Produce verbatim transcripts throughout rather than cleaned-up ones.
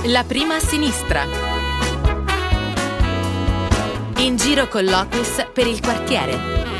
La prima a sinistra. In giro con Locus per il quartiere.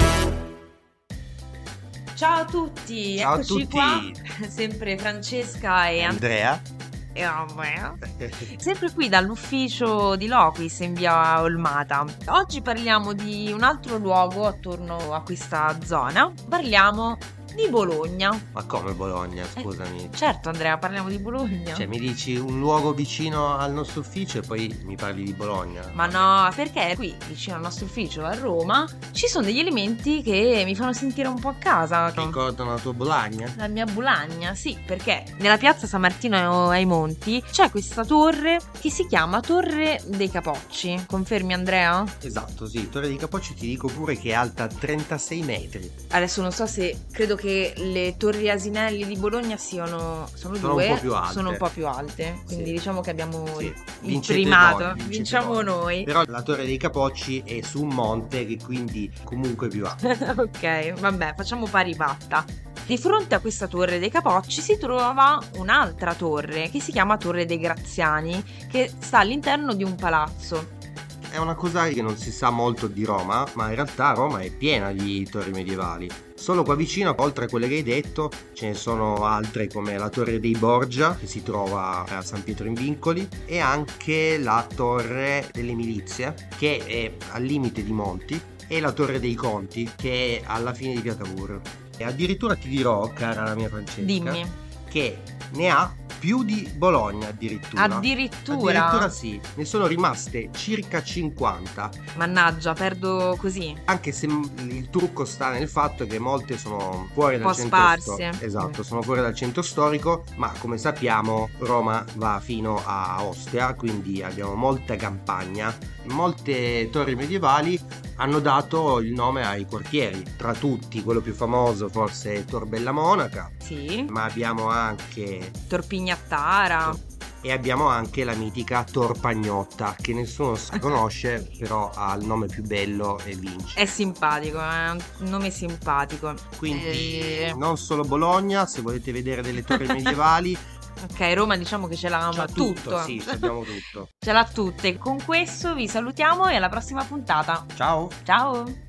Ciao a tutti, Ciao a eccoci tutti. qua, sempre Francesca e Andrea. E Andrea. Sempre qui dall'ufficio di Locus in via Olmata. Oggi parliamo di un altro luogo attorno a questa zona. Parliamo di Bologna. Ma come Bologna, scusami? Certo Andrea, parliamo di Bologna. Cioè mi dici un luogo vicino al nostro ufficio e poi mi parli di Bologna? Ma no, perché qui vicino al nostro ufficio a Roma ci sono degli elementi che mi fanno sentire un po' a casa. Ricordano la tua Bologna? La mia Bulagna, sì, perché nella piazza San Martino ai Monti c'è questa torre che si chiama Torre dei Capocci. Confermi Andrea? Esatto, sì, Torre dei Capocci ti dico pure che è alta trentasei metri. Adesso non so se credo che le torri Asinelli di Bologna siano sono, Sono due, un po' più alte. sono un po' più alte, quindi Sì. diciamo che abbiamo Sì, il vincete primato, voi, vincete vinciamo voi. noi. Però la Torre dei Capocci è su un monte che quindi comunque è più alta. Ok, vabbè, facciamo pari patta. Di fronte a questa torre dei Capocci si trova un'altra torre che si chiama Torre dei Graziani, che sta all'interno di un palazzo. È una cosa che non si sa molto di Roma, ma in realtà Roma è piena di torri medievali. Solo qua vicino, oltre a quelle che hai detto, ce ne sono altre come la Torre dei Borgia, che si trova a San Pietro in Vincoli, e anche la Torre delle Milizie, che è al limite di Monti, e la Torre dei Conti, che è alla fine di Via Cavour. E addirittura ti dirò, cara la mia Francesca, Dimmi. che ne ha più di Bologna addirittura. Addirittura? Addirittura sì, ne sono rimaste circa cinquanta. Mannaggia, perdo così. Anche se il trucco sta nel fatto che molte sono fuori Un dal po' centro sparse. storico. Esatto, sono fuori dal centro storico, ma come sappiamo Roma va fino a Ostia, quindi abbiamo molta campagna. Molte torri medievali hanno dato il nome ai quartieri, tra tutti quello più famoso forse è Tor Bella Monaca, Sì. ma abbiamo anche Torpignattara. e abbiamo anche la mitica Tor Pagnotta, che nessuno si conosce, però ha il nome più bello e vince. È simpatico, è un nome simpatico. Quindi Eh, non solo Bologna, se volete vedere delle torri medievali, Ok, Roma diciamo che ce l'ha c'ha tutto. tutto, sì, abbiamo tutto. Ce l'ha tutte. Con questo vi salutiamo e alla prossima puntata. Ciao! Ciao!